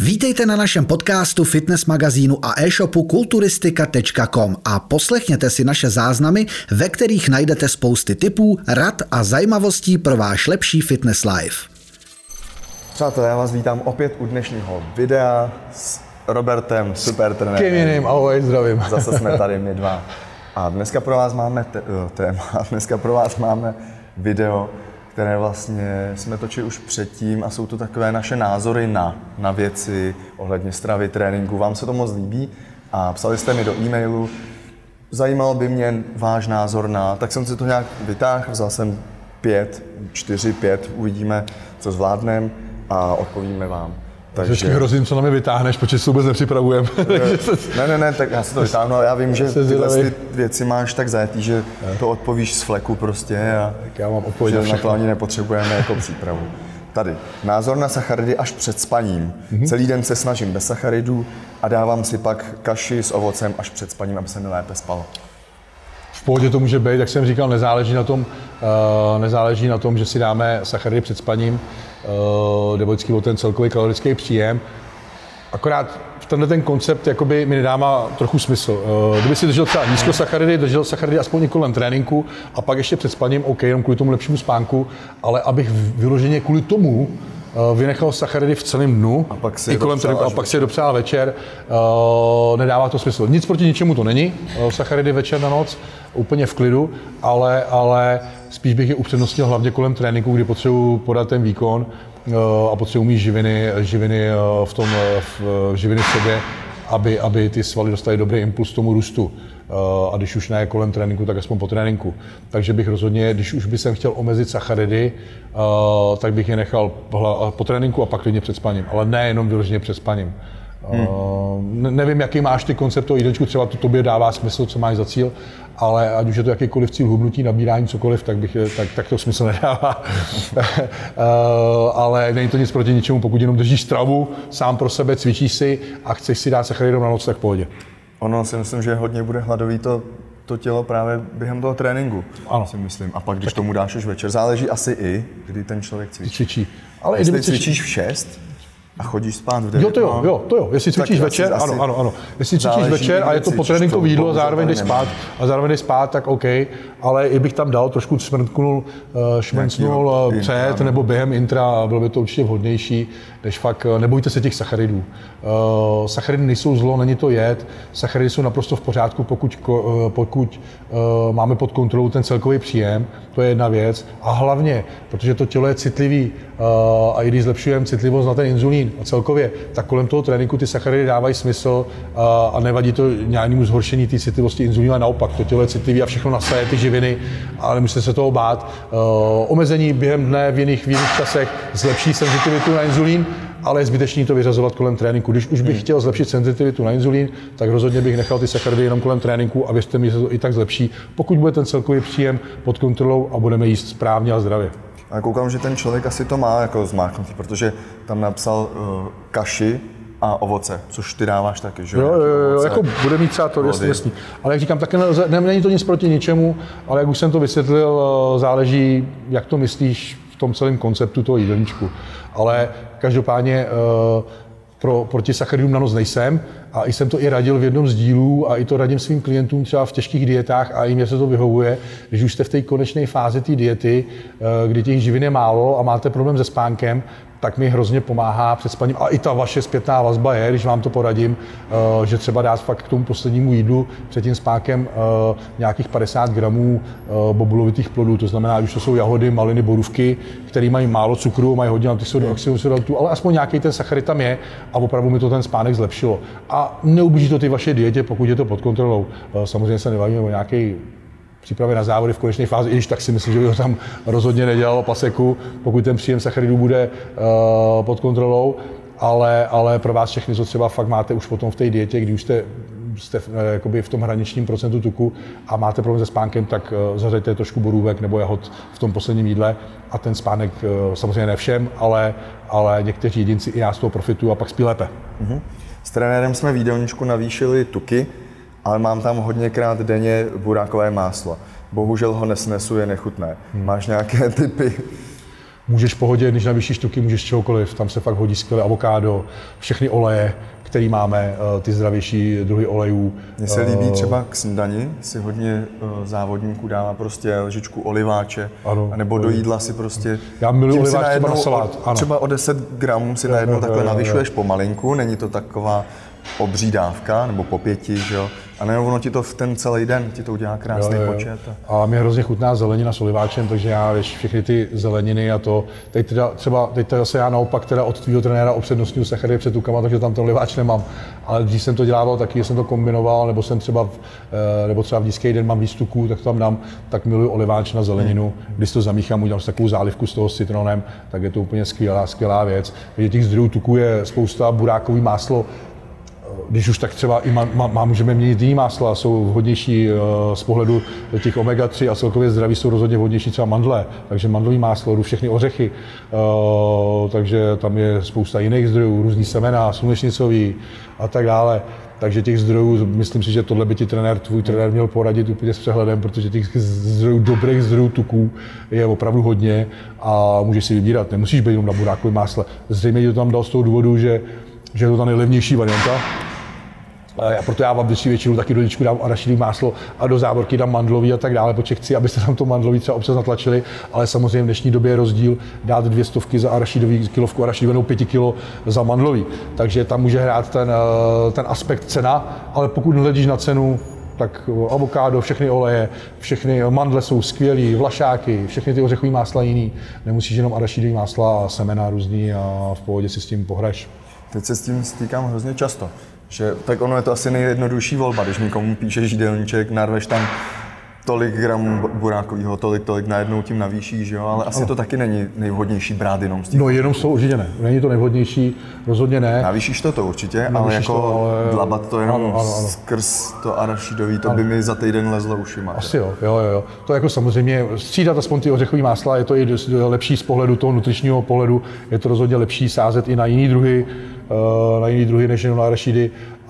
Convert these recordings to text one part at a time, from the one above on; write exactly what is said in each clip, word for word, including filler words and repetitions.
Vítejte na našem podcastu, fitness magazínu a e-shopu kulturistika tečka com a poslechněte si naše záznamy, ve kterých najdete spousty tipů, rad a zajímavostí pro váš lepší fitness life. Přátelé, já vás vítám opět u dnešního videa s Robertem, supertrenérem. Kým jiným, ahoj, zdravím. Zase jsme tady my dva. A dneska pro vás máme te- téma, dneska pro vás máme video, které vlastně jsme točili už předtím a jsou to takové naše názory na, na věci ohledně stravy, tréninku. Vám se to moc líbí a psali jste mi do e-mailu, zajímal by mě váš názor na, tak jsem si to nějak vytáhl, vzal jsem pět, čtyři, pět, uvidíme, co zvládneme a odpovíme vám. Takže vždycky hrozím, co na mě vytáhneš, protože se vůbec nepřipravujeme. ne, ne, ne, tak já si to vytáhnu, ale já vím, že tyhle ty věci máš tak zajetý, že to odpovíš z fleku prostě a tak já mám odpověď na všechno. Na to ani nepotřebujeme jako přípravu. Tady, názor na sacharidy až před spaním. Mm-hmm. Celý den se snažím bez sacharidů a dávám si pak kaši s ovocem až před spaním, aby se mi lépe spalo. V pohodě to může být, jak jsem říkal, nezáleží na tom, uh, nezáleží na tom, že si dáme sacharidy před spaním, uh, nebo vždycky o ten celkový kalorický příjem. Akorát tenhle ten koncept jakoby mi nedává trochu smysl. Uh, kdyby si držel třeba nízkosacharidy, držel sacharidy aspoň i kolem tréninku a pak ještě před spaním, OK, jenom kvůli tomu lepšímu spánku, ale abych vyloženě kvůli tomu vynechal sacharidy v celém dnu a pak si i kolem tréninku a pak si je dopřál večer, uh, nedává to smysl. Nic proti ničemu to není, uh, sacharidy večer na noc, úplně v klidu, ale, ale spíš bych je upřednostnil hlavně kolem tréninku, kdy potřebuji podat ten výkon uh, a potřebuji mít živiny, živiny, uh, v tom, uh, v, uh, živiny v sobě, aby, aby ty svaly dostaly dobrý impuls tomu růstu. Uh, a když už ne kolem tréninku, tak aspoň po tréninku. Takže bych rozhodně, když už bych chtěl omezit sacharidy, uh, tak bych je nechal po tréninku a pak klidně před spaním. Ale ne jenom vyloženě před spaním. Hmm. Uh, ne, nevím, jaký máš ty koncept toho jídelčku, třeba to tobě dává smysl, co máš za cíl, ale ať už je to jakýkoliv cíl, hubnutí, nabírání, cokoliv, tak, bych, tak, tak to smysl nedává. uh, ale není to nic proti ničemu, pokud jenom držíš stravu, sám pro sebe, cvičíš si a chceš si dát sacharidům na noc, tak v pohodě. Ono si myslím, že hodně bude hladový to, to tělo právě během toho tréninku, ano. Si myslím. A pak, když tak tomu dáš už večer, záleží asi i, kdy ten člověk cvičí. cvičí. Ale jestli cvičíš v šest a chodíš spát v devět. Jo, to jo, jo, to jo. Jestli cvičíš večer, asi, ano, ano, ano. Jestli cvičíš večer a je to po tréninku jídlo a zároveň jdeš spát, a zároveň jdeš spát, tak OK. Ale i bych tam dal trošku šmrknul, šmrknul před nebo během intra, bylo by to určitě vhodnější, než fakt, nebojte se těch sacharidů. Uh, sacharidy nejsou zlo, není to jed. Sacharidy jsou naprosto v pořádku, pokud, uh, pokud uh, máme pod kontrolou ten celkový příjem, to je jedna věc. A hlavně, protože to tělo je citlivý uh, a i když zlepšujeme citlivost na ten inzulín a celkově, tak kolem toho tréninku ty sacharidy dávají smysl uh, a nevadí to nějakému zhoršení té citlivosti inzulínu, a naopak, to tělo je citlivý a všechno nasaje ty živiny, ale nemusíte se toho bát. Uh, omezení během dne v jiných, v jiných časech zlepší senzitivitu na inzulín, ale je zbytečný to vyřazovat kolem tréninku. Když už bych hmm. chtěl zlepšit senzitivitu na inzulín, tak rozhodně bych nechal ty sacharidy jenom kolem tréninku a věřte mi, že se to i tak zlepší, pokud bude ten celkový příjem pod kontrolou a budeme jíst správně a zdravě. A koukám, že ten člověk asi to má jako zmáknutý, protože tam napsal uh, kaši a ovoce, což ty dáváš taky, že? Jo, jo, jo, jako bude mít třeba to, jasný, jasný. Ale jak říkám, taky nelze, ne, není to nic proti ničemu, ale jak už jsem to vysvětlil, záleží, jak to myslíš v tom celém konceptu toho jídelníčku. Ale každopádně pro, proti sacharidům na noc nejsem a i jsem to i radil v jednom z dílů a i to radím svým klientům třeba v těžkých dietách a i mně se to vyhovuje, když už jste v té konečné fázi té diety, kdy těch živin je málo a máte problém se spánkem, tak mi hrozně pomáhá před spaním. A i ta vaše zpětná vazba je, když vám to poradím, že třeba dát fakt k tomu poslednímu jídlu před tím spánkem nějakých padesát gramů bobulovitých plodů. To znamená, že to jsou jahody, maliny, borůvky, které mají málo cukru, mají hodně antioxidantů, ale aspoň nějaký ten sacharid tam je a opravdu mi to ten spánek zlepšilo. A neublíží to ty vaše dietě, pokud je to pod kontrolou. Samozřejmě se nebavíme o nějaké přípravy na závody v konečné fázi, i když tak si myslím, že by ho tam rozhodně nedělalo paseku, pokud ten příjem sacharidů bude uh, pod kontrolou, ale, ale pro vás všechny, co třeba fakt máte už potom v té dietě, kdy už jste, jste v, jakoby v tom hraničním procentu tuku a máte problém se spánkem, tak uh, zařaďte trošku borůvek nebo jahod v tom posledním jídle a ten spánek uh, samozřejmě ne všem, ale, ale někteří jedinci i já z toho profitují a pak spí lépe. Mm-hmm. S trenérem jsme v jídelníčku navýšili tuky, ale mám tam hodněkrát denně burákové máslo. Bohužel ho nesnesu, je nechutné. Hmm. Máš nějaké tipy? můžeš v pohodě, když navýšíš tuky, můžeš čehokoliv, tam se fakt hodí skvělé avokádo, všechny oleje, který máme, ty zdravější druhy olejů. Mně se líbí třeba k snídani, si hodně závodníků dává prostě lžičku oliváče, ano, nebo do jídla si prostě... Já miluji oliváč třeba na salát. Ano. Třeba o deset gramů si najednou takhle navyšuješ pomalinku, není to taková obří dávka, nebo po pěti, že jo? A nejenom ono ti to v ten celý den ti to udělá krásný jo, jo. počet. A... a mě hrozně chutná zelenina s oliváčem, takže já víš, všechny ty zeleniny a to, teď teda, třeba, teď teda zase já naopak teda od tvýho trenéra opřednostňuji sacharidy před tukama, takže tam ten oliváč nemám. Ale když jsem to dělával taky, jsem to kombinoval, nebo jsem třeba, v, nebo třeba v nízký den mám víc tuků, tak to tam dám, tak miluji oliváč na zeleninu. Hmm. Když to zamíchám, udělám si takovou zálivku z toho s citronem, tak je to úplně skvělá, skvělá věc. Takže těch zdrojů tuků je spousta, burákový máslo. Když už tak třeba i má, má, můžeme měnit jiný másla, jsou vhodnější z pohledu těch omega tři a celkově zdraví jsou rozhodně vhodnější třeba mandle, takže mandlový máslo, všechny ořechy, takže tam je spousta jiných zdrojů, různý semena, slunečnicový a tak dále. Takže těch zdrojů, myslím si, že tohle by ti trenér, tvůj trenér měl poradit úplně s přehledem, protože těch zdrojů, dobrých zdrojů tuků je opravdu hodně a můžeš si vybírat, nemusíš být jenom na burákovém másle. Zřejmě ti to tam dal z toho důvodu, že že je to ta nejlevnější varianta. A proto já vám vždycky většinou taky do líčku dám arašidový máslo a do závorky dám mandlový a tak dále, protože chci, abyste tam to mandlový třeba občas natlačili, ale samozřejmě v dnešní době je rozdíl dát dvě stovky za arašidový, kilovku arašidovou, pěti kilo za mandlový. Takže tam může hrát ten, ten aspekt cena, ale pokud hledíš na cenu, tak avokádo, všechny oleje, všechny mandle jsou skvělý, vlašáky, všechny ty ořechové másla jiný. Nemusíš jenom arašidový másla a semena různý a v pohodě si s tím pohraješ. Teď se s tím stýkám hrozně často, že tak ono je to asi nejjednodušší volba, když někomu píšeš jídelníček, narveš tam tolik gramů burákového, tolik, tolik najednou tím navýšíš, jo, ale asi ano. To taky není nejvhodnější brát jenom s tím. No jenom jsou určitě ne, není to nejvhodnější, rozhodně ne. Navýšíš to to určitě, navýšíš ale jako to, ale... dlabat to jenom ano, ano, ano. skrz to arašidový, to ano. by mi za týden lezlo ušima. Asi jo, jo, jo. To jako samozřejmě střídat aspoň ty ořechový másla, je to i lepší z pohledu toho nutričního pohledu, je to rozhodně lepší sázet i na jiný druhy, na jiný druhy než jenom na arašidy,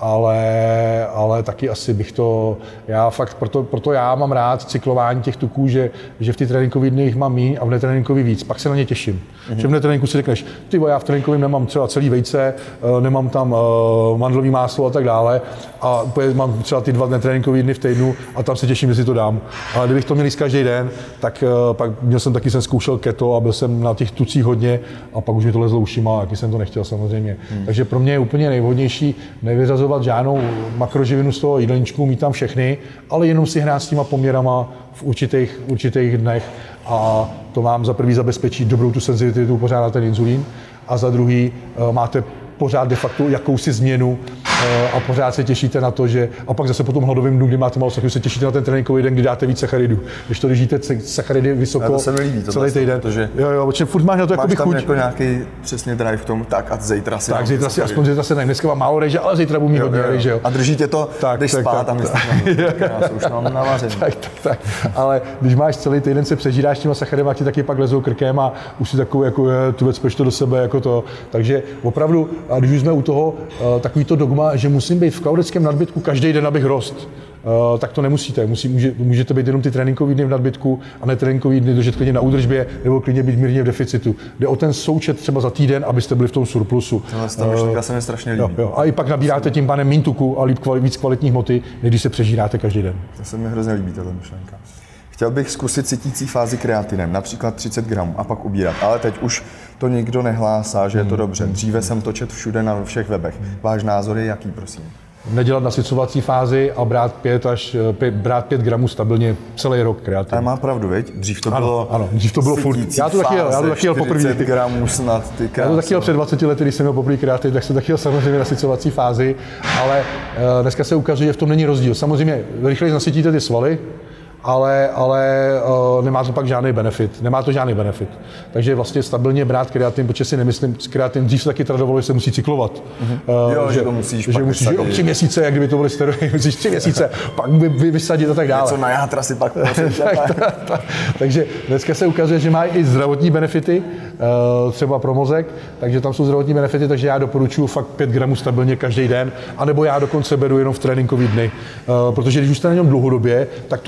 ale, ale taky asi bych to, já fakt, proto, proto já mám rád cyklování těch tuků, že, že v ty tréninkových dny jich mám míň a v netréninkových víc, pak se na ně těším. Mm-hmm. Že v netréninku si řekneš, ty já v tréninkovém nemám třeba celý vejce, nemám tam uh, mandlový máslo a tak dále a mám třeba ty dva netréninkové dny v týdnu a tam se těším, že si to dám. Ale kdybych to měl jíst každý den, tak uh, pak měl jsem taky, jsem zkoušel keto a byl jsem na těch tucích hodně a pak už mi to lezlo ušima, taky jsem to nechtěl samozřejmě. Mm. Takže pro mě je úplně nejvhodnější nevyřazovat žádnou makroživinu z toho jídelníčku, mít tam všechny, ale jenom si hrát s těma poměrama v určitých, určitých dnech a to vám za prvý zabezpečí dobrou tu senzitivitu pořád na ten inzulín a za druhý máte pořád de facto jakousi změnu a pořád se těšíte na to, že a pak zase po tom hladovém dnu, kdy máte malou sacharidů, se těšíte na ten tréninkový den, kdy dáte víc sacharidů. Když to, když jíte sacharidy vysoko to se mi líbí, to celý týden, protože jo, jo, protože furt máš na to jakoby chuť. Máš tam jako nějaký přesně drive v tom, tak a zítra si Tak zítra si, aspoň zítra se najím, dneska mám málo rejže, ale zítra budu mít hodně rejže, jo. A drží tě to, tak, jdeš tak, spát tak, a myslíš na to, už mám navařený. Tak, tak, tak, ale když máš celý týden se přežíráš těma sacharidama, ti taky pak lezou krkem a už si takový jako tu věc to do sebe jako to. Takže opravdu, a když už jsme u toho, takový to dogma, že musím být v kalorickém nadbytku každý den, abych rost. Uh, tak to nemusíte. Musí, může, můžete být jenom ty tréninkové dny v nadbytku a ne tréninkové dny držet klidně na údržbě nebo klidně být mírně v deficitu. Jde o ten součet třeba za týden, abyste byli v tom surplusu. Tohle myšlenka se mi strašně líbí. Jo, jo. A i pak nabíráte tím pádem méně tuku a líp kvali, víc kvalitních hmoty, než když se přežíráte každý den. To se mi hrozně líbí, tato myšlenka. Chtěl bych zkusit sytící fázi kreatinem, například třicet gramů a pak ubírat, ale teď už to nikdo nehlásá, že je to dobře. Dříve jsem to četl všude na všech webech. Váš názor je jaký, prosím? Nedělat nasycovací fázi a brát pět až pět, brát pět gramů stabilně celý rok kreatin. Ale má pravdu, viď? Dřív to bylo. Ano, ano, dřív to bylo furt. Já to taky jel, já to taky jel poprvé. gramů snad, ty krásy. Já to taky jel před dvaceti lety, když jsem měl poprvé kreatin, tak jsem taky jel samozřejmě nasycovací fázi, ale uh, dneska se ukazuje, že v tom není rozdíl. Samozřejmě rychleji nasytíte ty svaly, ale, ale uh, nemá to pak žádný benefit, nemá to žádný benefit. Takže vlastně stabilně brát kreatin, protože si nemyslím, kreatin dřív se taky tradovalo, že se musí cyklovat. Mm-hmm. Uh, jo, že, že to musíš že musíš jo, tři měsíce, jak kdyby to byly steroidy, musíš tři měsíce, pak vy, vy, vysadit a tak dále. Něco na játra si pak tak, tak, tak. Takže dneska se ukazuje, že má i zdravotní benefity, uh, třeba pro mozek, takže tam jsou zdravotní benefity, takže já doporučuji fakt pět gramů stabilně každý den, anebo já dokonce beru jenom v tréninkový dny, uh, protože když už jste na něm dlouhodobě, tak to tělo je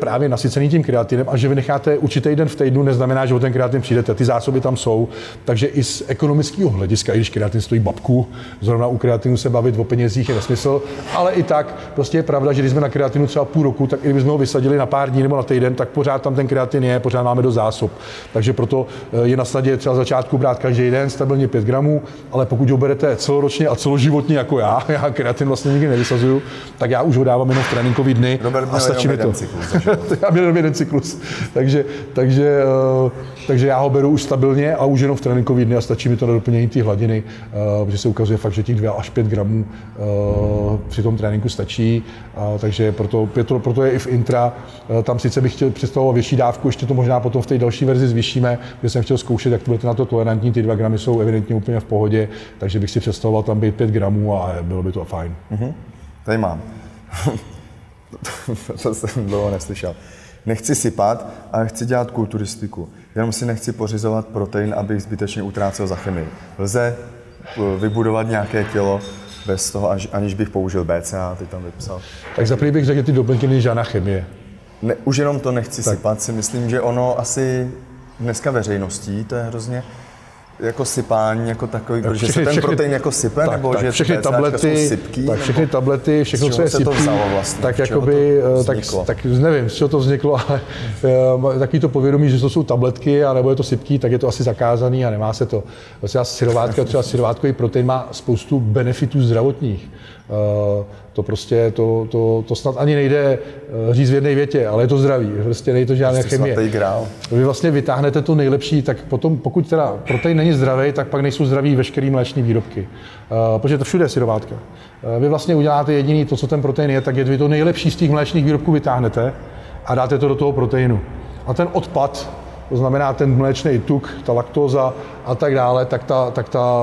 právě nasycený tím kreatinem a že vy necháte určitý den v týdnu, neznamená, že o ten kreatin přijdete. Ty zásoby tam jsou, takže i z ekonomického hlediska, i když kreatin stojí babku, zrovna u kreatinu se bavit o penězích je nesmysl, ale i tak prostě je pravda, že když jsme na kreatinu třeba půl roku, tak i kdybychom ho vysadili na pár dní nebo na týden, tak pořád tam ten kreatin je, pořád máme do zásob. Takže proto je na snadě třeba začátku brát každý den stabilně pět gramů, ale pokud ho berete celoročně a celoživotně jako já, já kreatin vlastně nikdy nevysazuju, tak já už ho dávám jenom v tréninkový dny a stačí mi to. Cyklus, já měl jenom jeden cyklus, takže, takže, takže já ho beru už stabilně a už jenom v tréninkový dny a stačí mi to na doplnění té hladiny, protože se ukazuje fakt, že těch dva až pět gramů při tom tréninku stačí, takže proto, proto je i v intra, tam sice bych chtěl představovat větší dávku, ještě to možná potom v té další verzi zvýšíme, kde jsem chtěl zkoušet, jak to budete na to tolerantní, ty dva gramy jsou evidentně úplně v pohodě, takže bych si představoval tam být pět gramů a bylo by to fajn. Mm-hmm. Tady mám. To jsem dlouho neslyšel. Nechci sypat, ale chci dělat kulturistiku. Jenom si nechci pořizovat protein, abych zbytečně utrácel za chemii. Lze vybudovat nějaké tělo bez toho, aniž bych použil B C A, ty tam vypsal. Tak za první bych řekl, že ty doplňky není žádná chemie. Ne, už jenom to nechci tak. sypat, si myslím, že ono asi dneska veřejností, to je hrozně jako sypání jako takový, tak protože všechny, se ten všechny, protein jako sype, tak, nebo tak, že všechny ty tablety, jsou sypký, tak všechny tablety, všechno, co je sypký, vlastně? tak jakoby, tak, tak nevím, z čeho to vzniklo, ale uh, takový to povědomí, že to jsou tabletky, a nebo je to sypký, tak je to asi zakázaný a nemá se to. Vlastně syrovátka, třeba syrovátkový protein má spoustu benefitů zdravotních. Uh, to prostě, to, to, to snad ani nejde uh, říct v jedné větě, ale je to zdraví, prostě nejde to žádné prostě chemie. Vy vlastně vytáhnete to nejlepší, tak potom, pokud teda protein není zdravý, tak pak nejsou zdraví veškerý mléčné výrobky. Uh, protože to všude je syrovátka. Uh, vy vlastně uděláte jediný to, co ten protein je, tak je vy to nejlepší z těch mléčných výrobků vytáhnete a dáte to do toho proteinu. A ten odpad, to znamená ten mléčný tuk, ta laktóza a tak dále, tak ta, tak ta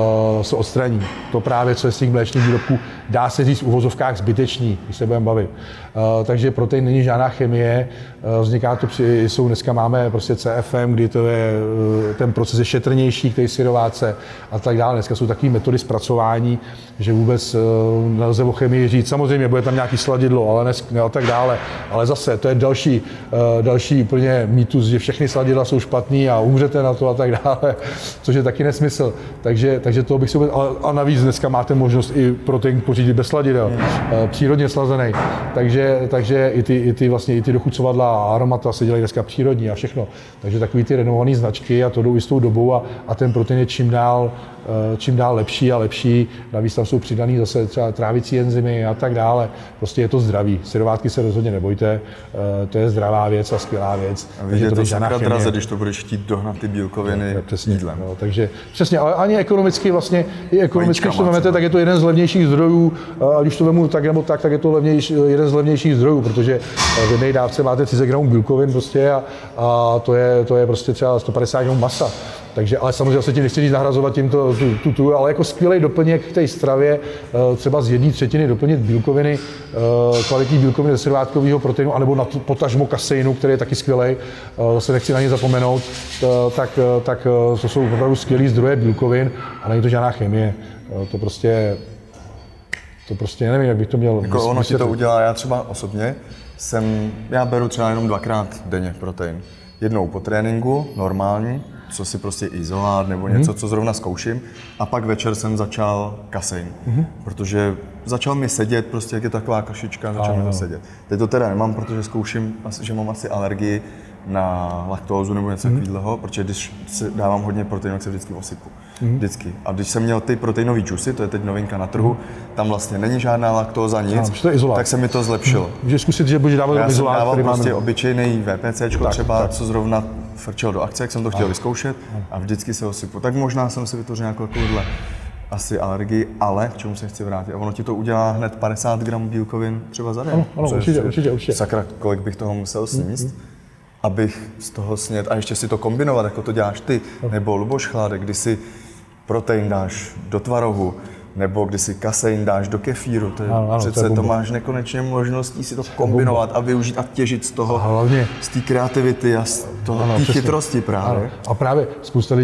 se odstraní. To právě, co je z těch mléčných výrobků, dá se říct v uvozovkách zbytečný, když se budeme bavit. Uh, takže protein není žádná chemie, uh, vzniká to při, jsou dneska máme prostě C F M, kdy to je, uh, ten proces je šetrnější k té syrováce a tak dále. Dneska jsou takové metody zpracování, že vůbec uh, nelze o chemii říct. Samozřejmě bude tam nějaký sladidlo, ale ne, a tak dále. Ale zase, to je další, uh, další úplně mýtus, že všechny sladidla jsou špatný a umřete na to a tak dále, což je taky nesmysl. Takže, takže to bych si vůbec, ale, a navíc dneska máte možnost i protein pořídit bez sladidel, uh, přírodně slazený. Takže, takže i ty, i ty vlastně i ty dochucovadla a aromata se dělají dneska přírodní a všechno. Takže takový ty renomované značky a to jdou jistou dobou a, a ten protein je čím dál, uh, čím dál lepší a lepší. Navíc tam jsou přidaný zase třeba trávicí enzymy a tak dále. Prostě je to zdraví. Syrovátky se rozhodně nebojte, uh, to je zdravá věc a skvělá věc. A víš, je to sakra draze, když to budeš chtít dohnat ty bílkoviny no, přesně, jídlem. No, takže přesně, ale ani ekonomicky vlastně, i ekonomicky, když to vezmete, tak je to jeden z levnějších zdrojů, a když to vemu tak nebo tak, tak je to levnější, jeden z levnějších zdrojů, protože v jedné dávce máte třicet gramů bílkovin prostě a, a to, je, to je prostě třeba sto padesát gramů masa. Takže, ale samozřejmě se tím nechci říct nahrazovat tímto tu, tu, tu, ale jako skvělý doplněk k té stravě, třeba z jedné třetiny doplnit bílkoviny, kvalitní bílkoviny ze syrovátkového proteinu, anebo na potažmo kaseinu, který je taky skvělý, zase nechci na ně zapomenout, tak, tak to jsou opravdu skvělý zdroje bílkovin a není to žádná chemie. To prostě, to prostě nevím, jak bych to měl. Jako ono ti to udělá, já třeba osobně jsem, já beru třeba jenom dvakrát denně protein. Jednou po tréninku, normální, co si prostě izolát nebo něco, mm. co zrovna zkouším. A pak večer jsem začal kasein, mm. protože začal mi sedět, prostě jak je taková kašička, začal mi to sedět. Teď to teda nemám, protože zkouším, že mám asi alergii na laktózu nebo něco mm. takového, protože když si dávám hodně proteinu, tak se vždycky osypu. Mm. Vždycky. A když jsem měl ty proteinové džusy, to je teď novinka na trhu, mm. tam vlastně není žádná laktóza, nic, a, tak se mi to zlepšilo. Můžeš zkusit, že budeš dávat já izolát, jsem dával prostě máme... obyčejný VPCčko tak, třeba, tak. co zrovna frčel do akce, jak jsem to chtěl a. vyzkoušet a vždycky se osypu. Tak možná jsem si vytvořil nějakou takovouhle asi alergii, ale k čemu se chci vrátit. A ono ti to udělá hned padesát gramů bílkovin třeba za den. Ano, ano určitě, určitě, určitě. Sakra, kolik bych toho musel sníst, mm, mm. abych z toho snět a ještě si to kombinovat, jako to děláš ty, no. nebo Luboš Chládek, kdy si protein dáš do tvarohu, nebo když si kasein dáš do kefíru, to je, ano, ano, přece to, je to máš nekonečně možností si to kombinovat a využít a těžit z toho, hlavně, z té kreativity a z toho, té chytrosti právě. Ano. A právě spousta lidí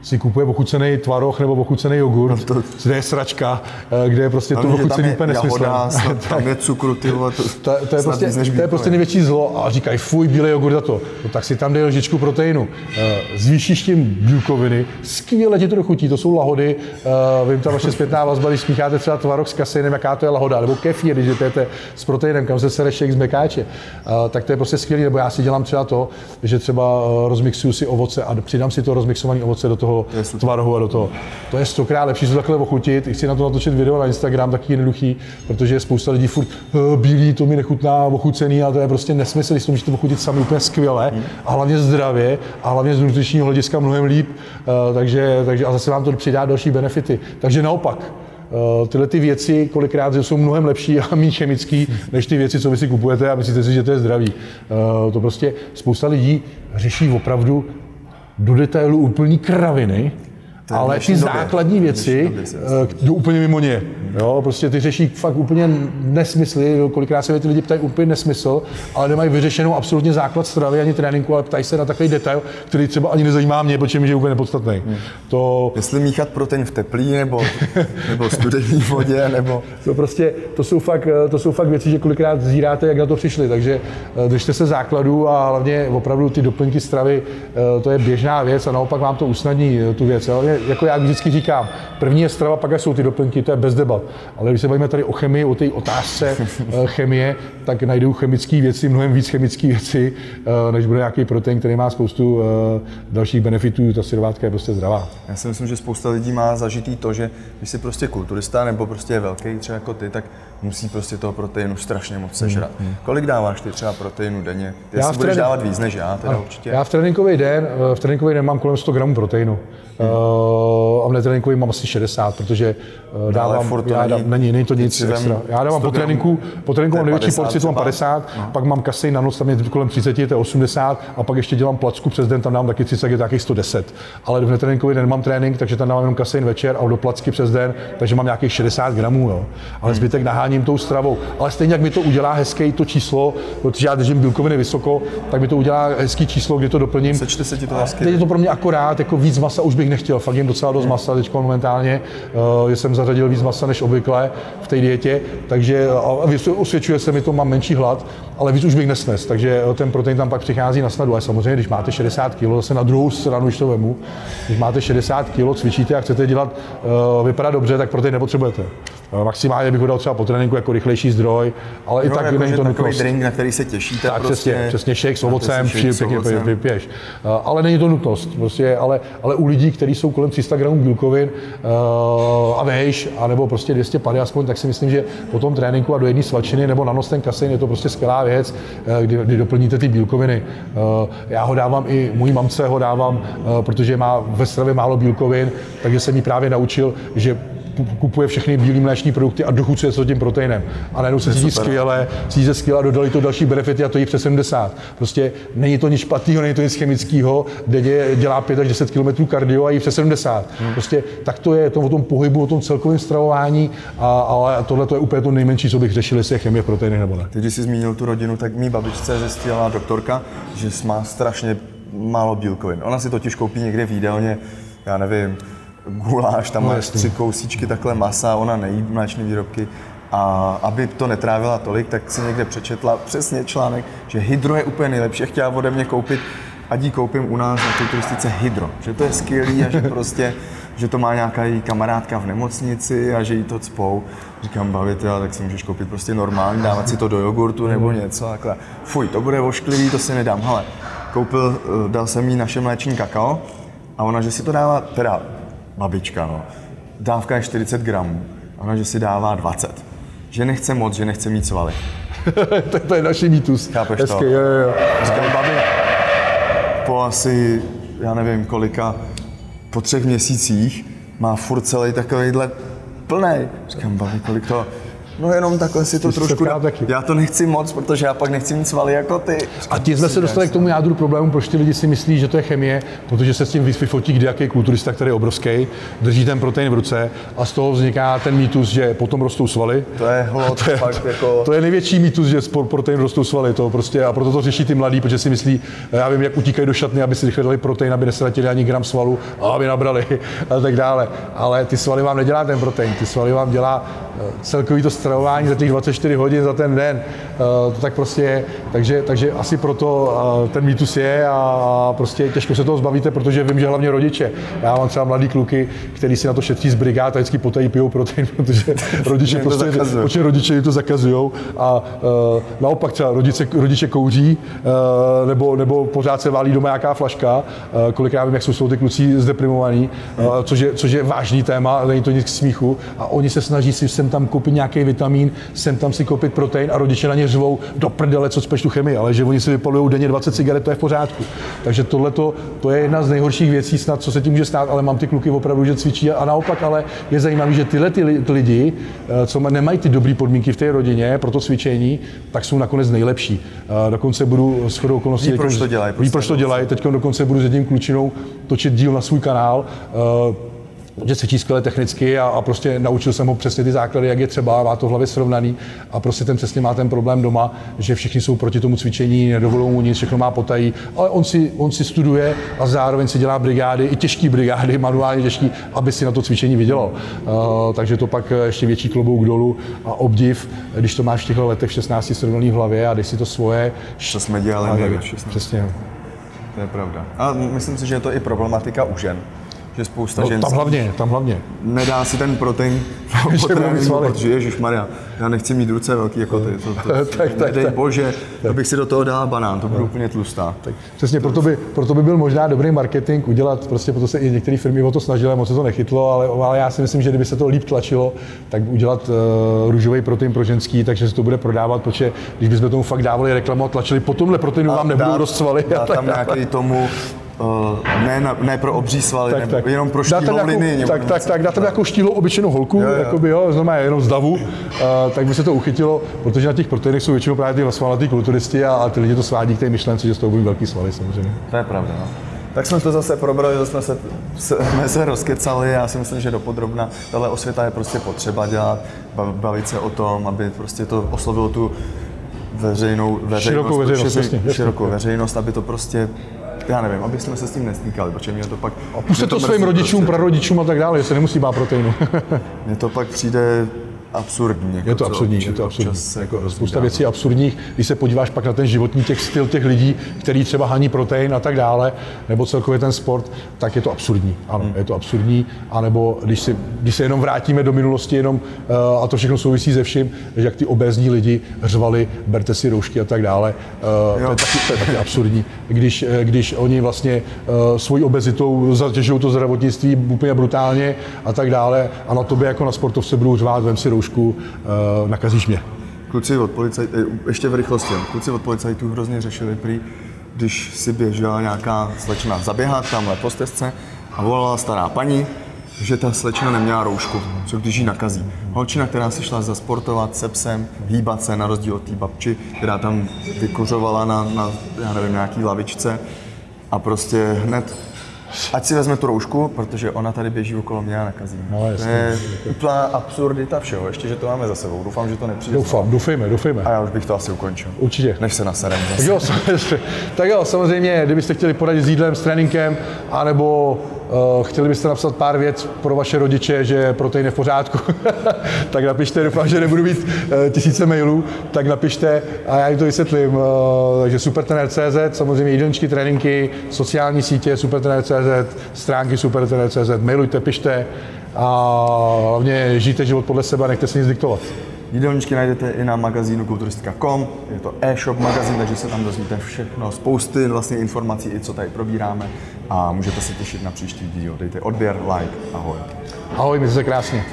si kupuje ochucený tvaroh nebo ochucený jogurt, no to... kde je sračka, kde je prostě to ochucený úplně nesmyslné. Tam je cukru, ty vole, to, to, to je prostě, to je prostě největší zlo a říkají, fuj, bílej jogurt a to. No, tak si tam dej lžičku proteinu. Zvýšíš tím bílkoviny, skvěle ti to dochutí, to jsou lahody, vím, ta vaše zpětná vazba, když smícháte třeba tvaroh s kaseinem, jaká to je lahoda, nebo kefír, když jdete s proteinem, kam se sere shake z mekáče, tak to je prostě skvělý, nebo já si dělám třeba to, že třeba rozmixuju si ovoce a přidám si to rozmixované ovoce do toho tvarohu a do toho. To je stokrát lepší to takhle ochutit. Chci na to natočit video na Instagram, taky jednoduchý, protože je spousta lidí furt bílý, to mi nechutná, ochucený, a to je prostě nesmysl, když to můžete ochutit sami úplně skvěle a hlavně zdravě a hlavně z nutričního hlediska mnohem líp, takže, takže a zase vám to přidá další benefity. Takže naopak, tyhle ty věci kolikrát jsou mnohem lepší a méně chemický, než ty věci, co vy si kupujete a myslíte si, že to je zdravý. To prostě spousta lidí řeší opravdu do detailu úplný kraviny, ale ty základní věci jdou úplně mimo ně. Jo, prostě ty řeší fakt úplně nesmysly, kolikrát se ty lidi ptají úplně nesmysl, ale nemají vyřešenou absolutně základ stravy ani tréninku, ale ptají se na takový detail, který třeba ani nezajímá mě, protože mi je úplně nepodstatný. Hmm. To... Jestli míchat protein v teplý nebo, nebo studený vodě, nebo... To prostě, to jsou, fakt, to jsou fakt věci, že kolikrát zíráte, jak na to přišli, takže držte se základů a hlavně opravdu ty doplňky stravy, to je běžná věc a naopak vám to usnadní tu věc. Jo? Jako já vždycky říkám, první je strava, pak jsou ty doplňky, to je bez debat. Ale když se bavíme tady o chemii, o té otázce chemie, tak najdou chemické věci, mnohem víc chemické věci, než bude nějaký protein, který má spoustu dalších benefitů, ta syrovátka je prostě zdravá. Já si myslím, že spousta lidí má zažitý to, že když jsi prostě kulturista nebo prostě je velký třeba jako ty, tak musí prostě toho proteinu strašně moc sežrat. Hmm. Hmm. Kolik dáváš ty třeba proteinu denně? Ty já si budeš dávat víc než já, teda určitě. Já v tréninkový den, v tréninkový den mám kolem sto gramů proteinu. Hmm. Uh, a v netréninkový mám asi šedesát, protože uh, dávám, no, já dám, není, není to nic extra. Já dávám po tréninku, po tréninku mám největší porci, to mám padesát, no. Pak mám kasein na noc, tam je kolem třicet, to je osmdesát, a pak ještě dělám placku přes den, tam dám taky třicet, je taky sto deset. Ale v netréninkový den mám trénink, takže tam dávám jenom kasein večer a do placky přes den, takže mám nějakých šedesát gramů, jo. Ale hmm. zbytek naháním tou stravou. Ale stejně jak mi to udělá hezké to číslo, protože já držím bílkoviny vysoko, tak mi to udělá hezký číslo, kdy to doplním. Sečte se ti to hezky. Teď je to pro mě akorát, jako víc masa už bych nechtěl, fakt jim docela dost masa teď momentálně, uh, jsem zařadil víc masa než obvykle v té dietě, takže a osvědčuje se mi to, mám menší hlad, ale víc už bych nesnes, takže ten protein tam pak přichází na snadu. A samozřejmě, když máte šedesát kilo, zase na druhou stranu, když to vemu, když máte šedesát kilo, cvičíte a chcete dělat, uh, vypadat dobře, tak protein nepotřebujete. Uh, maximálně bych ho dal třeba po tréninku jako rychlejší zdroj, ale jo, i tak jako není to nutnost. Takový drink, na který se těšíte. Tak prostě, přesně, přesně shake s ovocem, pěkně vypiješ. Uh, ale není to nutnost, prostě, ale, ale u lidí, kteří jsou kolem tři sta gramů bílkovin uh, a vejš, anebo prostě dvě stě padesát aspoň, tak si myslím, že po tom tréninku a do jedné svačiny nebo na nos ten kasein je to prostě skvělá věc, kdy, kdy doplníte ty bílkoviny. Uh, já ho dávám i mojí mamce, ho dávám, uh, protože má ve stravě málo bílkovin, takže jsem jí právě naučil, že kupuje všechny bílé mléční produkty a dochucuje se tím proteinem. A najednou se cítí skvěle, cítí se skvěle a dodali to další benefity a to jí přes sedmdesát. Prostě není to nic špatného, není to nic chemického, kde dělá pět až deset kilometrů kardio a jí přes sedmdesát. Hmm. Prostě tak to je to o tom pohybu, o tom celkovém stravování, a, ale tohle to je úplně to nejmenší, co bych řešil, jestli je chemie v proteinech nebo ne. Ty, když jsi zmínil tu rodinu, tak mý babičce zjistila doktorka, že má strašně málo bílkovin. Ona si totiž koupí někde v jídelně, já nevím, guláš, tam máš tři kousíčky takhle masa, ona nejí mléčné výrobky a aby to netrávila tolik, tak si někde přečetla přesně článek, že hydro je úplně nejlepší. Chtěla ode mě koupit, ať jí koupím u nás na té turistice hydro, že to je skvělý a že prostě, že to má nějaká její kamarádka v nemocnici a že jí to cpou. Říkám, bavit, ale tak si můžeš koupit prostě normální, dávat si to do jogurtu nebo něco takhle. Fuj, to bude ošklivý, to si nedám. Hele, koupil, dal jsem jí naše mléční kakao a ona, že si to dává, teda babička, no. Dávka je čtyřicet gramů, ona, že si dává dvacet. Že nechce moc, že nechce mít svaly. Tak to je naši mýtus. Chápeš Hezky, to? Jo, jo. Říkám, babi, po asi, já nevím kolika, po třech měsících má furt celý takovejhle plnej. Říkám, babi, kolik to, No jenom takhle si to Ty trošku... dá... Já to nechci moc, protože já pak nechci mít svaly jako ty. A ti jsme se dostali k tomu jádru problému, proč ty lidi si myslí, že to je chemie, protože se s tím vyfotí kdejaký kulturista, který je obrovský, drží ten protein v ruce a z toho vzniká ten mýtus, že potom rostou svaly. To je hlod, to je, fakt jako... To je největší mýtus, že z protein rostou svaly, to prostě, a proto to řeší ty mladí, protože si myslí, já vím, jak utíkají do šatny, aby si rychle dali protein, aby neztratili ani gram svalu a aby nabrali a tak dále. Ale ty svaly vám nedělá ten protein, ty svaly vám dělá celkový to stravování za těch dvacet čtyři hodin za ten den. To tak prostě je. Takže, takže asi proto ten mýtus je a prostě těžko se toho zbavíte, protože vím, že hlavně rodiče. Já mám třeba mladý kluky, kteří si na to šetří z brigád a vždycky potají pijou protein, protože rodiče prostě, protože rodiče to zakazujou. A uh, naopak třeba rodiče, rodiče kouří, uh, nebo, nebo pořád se válí doma nějaká flaška. Uh, kolikrát vím, jak jsou ty kluci zdeprimovaní, uh, což, je, což je vážný téma, není to nic k smíchu. A oni se snaží si sem tam koupit nějaký vitamín, sem tam si koupit protein a rodiče na ně řvou do prdele, co speš tu chemii, ale že oni si vypalujou denně dvacet cigaret, to je v pořádku. Takže tohle to je jedna z nejhorších věcí snad, co se tím může stát, ale mám ty kluky opravdu, že cvičí a naopak, ale je zajímavé, že tyhle ty lidi, co nemají ty dobré podmínky v té rodině pro to cvičení, tak jsou nakonec nejlepší. Dokonce budu shodou okolností... Ví, proč to dělají. Ví, proč to dělají. Teď dokonce budu s jedním klučinou točit díl na svůj kanál, že cvičí skvěle technicky a, a prostě naučil jsem ho přesně ty základy, jak je třeba, má to v hlavě srovnaný a prostě ten přesně má ten problém doma, že všichni jsou proti tomu cvičení, nedovolují mu nic, všechno má potají, ale on si, on si studuje a zároveň si dělá brigády, i těžké brigády, manuálně těžké, aby si na to cvičení vydělal. Uh, takže to pak ještě větší klobouk dolů a obdiv, když to máš v těchto letech šestnáct srovnaný v hlavě a když si to svoje... To jsme dělali my ve šestnácti. Přesně. To je pravda. A myslím si, že je to i problematika u žen. Že spousta no, žen tam hlavně, tam hlavně. Nedá si ten protein potravinu, protože ježišmarja, já nechci mít ruce velký jako ty. To, to, tak, tak, nedej tak. Bože, tak. Abych si do toho dala banán, to bude no. úplně tlustá. Tak. Přesně, proto by, proto by byl možná dobrý marketing udělat, prostě proto se i některé firmy o to snažily, moc se to nechytlo, ale, ale já si myslím, že kdyby se to líp tlačilo, tak udělat uh, růžový protein pro ženský, takže se to bude prodávat, protože když bychom tomu fakt dávali reklamu a tlačili, po tomhle proteinu vám nebudou rozsvaly. Dá tam nějaký tomu Uh, ne, na, ne pro obří svaly, tak, tak. Jenom pro štíhlou linii. Tak, tak, tak, dá tam nějakou štíhlou obyčejnou holku, jo, jo. Jakoby, jo, znamená jenom z davu, uh, tak by se to uchytilo, protože na těch proteinech jsou většinou právě ty svalnatý kulturisti a, a ty lidi to svádí k té myšlence, že z toho budou velký svaly samozřejmě. To je pravda, no. Tak jsme to zase probrali, zase jsme se, jsme se rozkecali, já si myslím, že dopodrobna tahle osvěta je prostě potřeba dělat, bavit se o tom, aby prostě to oslovilo tu veřejnou, veřejnost, širokou veřejnost, širokou, jasně, širokou veřejnost, aby to prostě já nevím, aby jsme se s tím nestýkali, protože mě to pak... A pustit to, to svým rodičům, prostě, prarodičům a tak dále, že se nemusí bát proteinu. Mně to pak přijde absurdní. Jako je to absurdní, občas, je to absurdní. Jako spousta věcí je absurdních, když se podíváš pak na ten životní těch styl těch lidí, který třeba haní protein a tak dále, nebo celkově ten sport, tak je to absurdní. Ano, hmm. je to absurdní. A nebo když, si, když se jenom vrátíme do minulosti, jenom, uh, a to všechno souvisí se vším, že jak ty obézní lidi řvali, berte si roušky a tak dále, uh, to, je taky, to je taky absurdní. Když, když oni vlastně uh, svojí obezitou zatěžují to zdravotnictví úplně brutálně a tak dále a na tobě jako na sportovce budou řvát, vem si roušku, Uh, nakazíš mě. Kluci od policajtů, ještě v rychlosti, kluci od policajtů hrozně řešili prý, když si běžela nějaká slečna zaběhat tamhle po stezce a volala stará paní, že ta slečna neměla roušku, co když ji nakazí. Holčina, která si šla zasportovat se psem, hýbat se na rozdíl od té babči, která tam vykuřovala na, na já nevím, nějaký lavičce a prostě hned ať si vezme tu roušku, protože ona tady běží okolo mě a nakazí. No, to je úplná absurdita všeho, ještě, že to máme za sebou. Doufám, že to nepřijde. Doufám, doufejme, doufejme. A já už bych to asi ukončil. Určitě. Než se naserem zase. Tak jo, tak jo, samozřejmě, kdybyste chtěli poradit s jídlem, s tréninkem, anebo uh, chtěli byste napsat pár věc pro vaše rodiče, že protein je v pořádku, tak napište, doufám, že nebudu mít uh, tisíce mailů, tak napište a já jim to vysvětlím. Uh, takže supertrenér tečka cé zet, samozřejmě jídelníčky, tréninky, sociální sítě supertrenér tečka cé zet, stránky supertrenér tečka cé zet, mailujte, pište a hlavně žijte život podle sebe a nechte si nic diktovat. Jídelníčky najdete i na magazínu kulturistika tečka com, je to e-shop magazín, takže se tam dozvíte všechno, spousty vlastně informací, i co tady probíráme a můžete se těšit na příští díl. Dejte odběr, like, ahoj. Ahoj, mějte se krásně.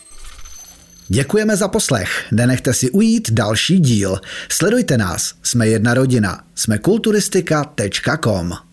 Děkujeme za poslech. Nenechte si ujít další díl. Sledujte nás. Jsme jedna rodina. Jsme kulturistika tečka com.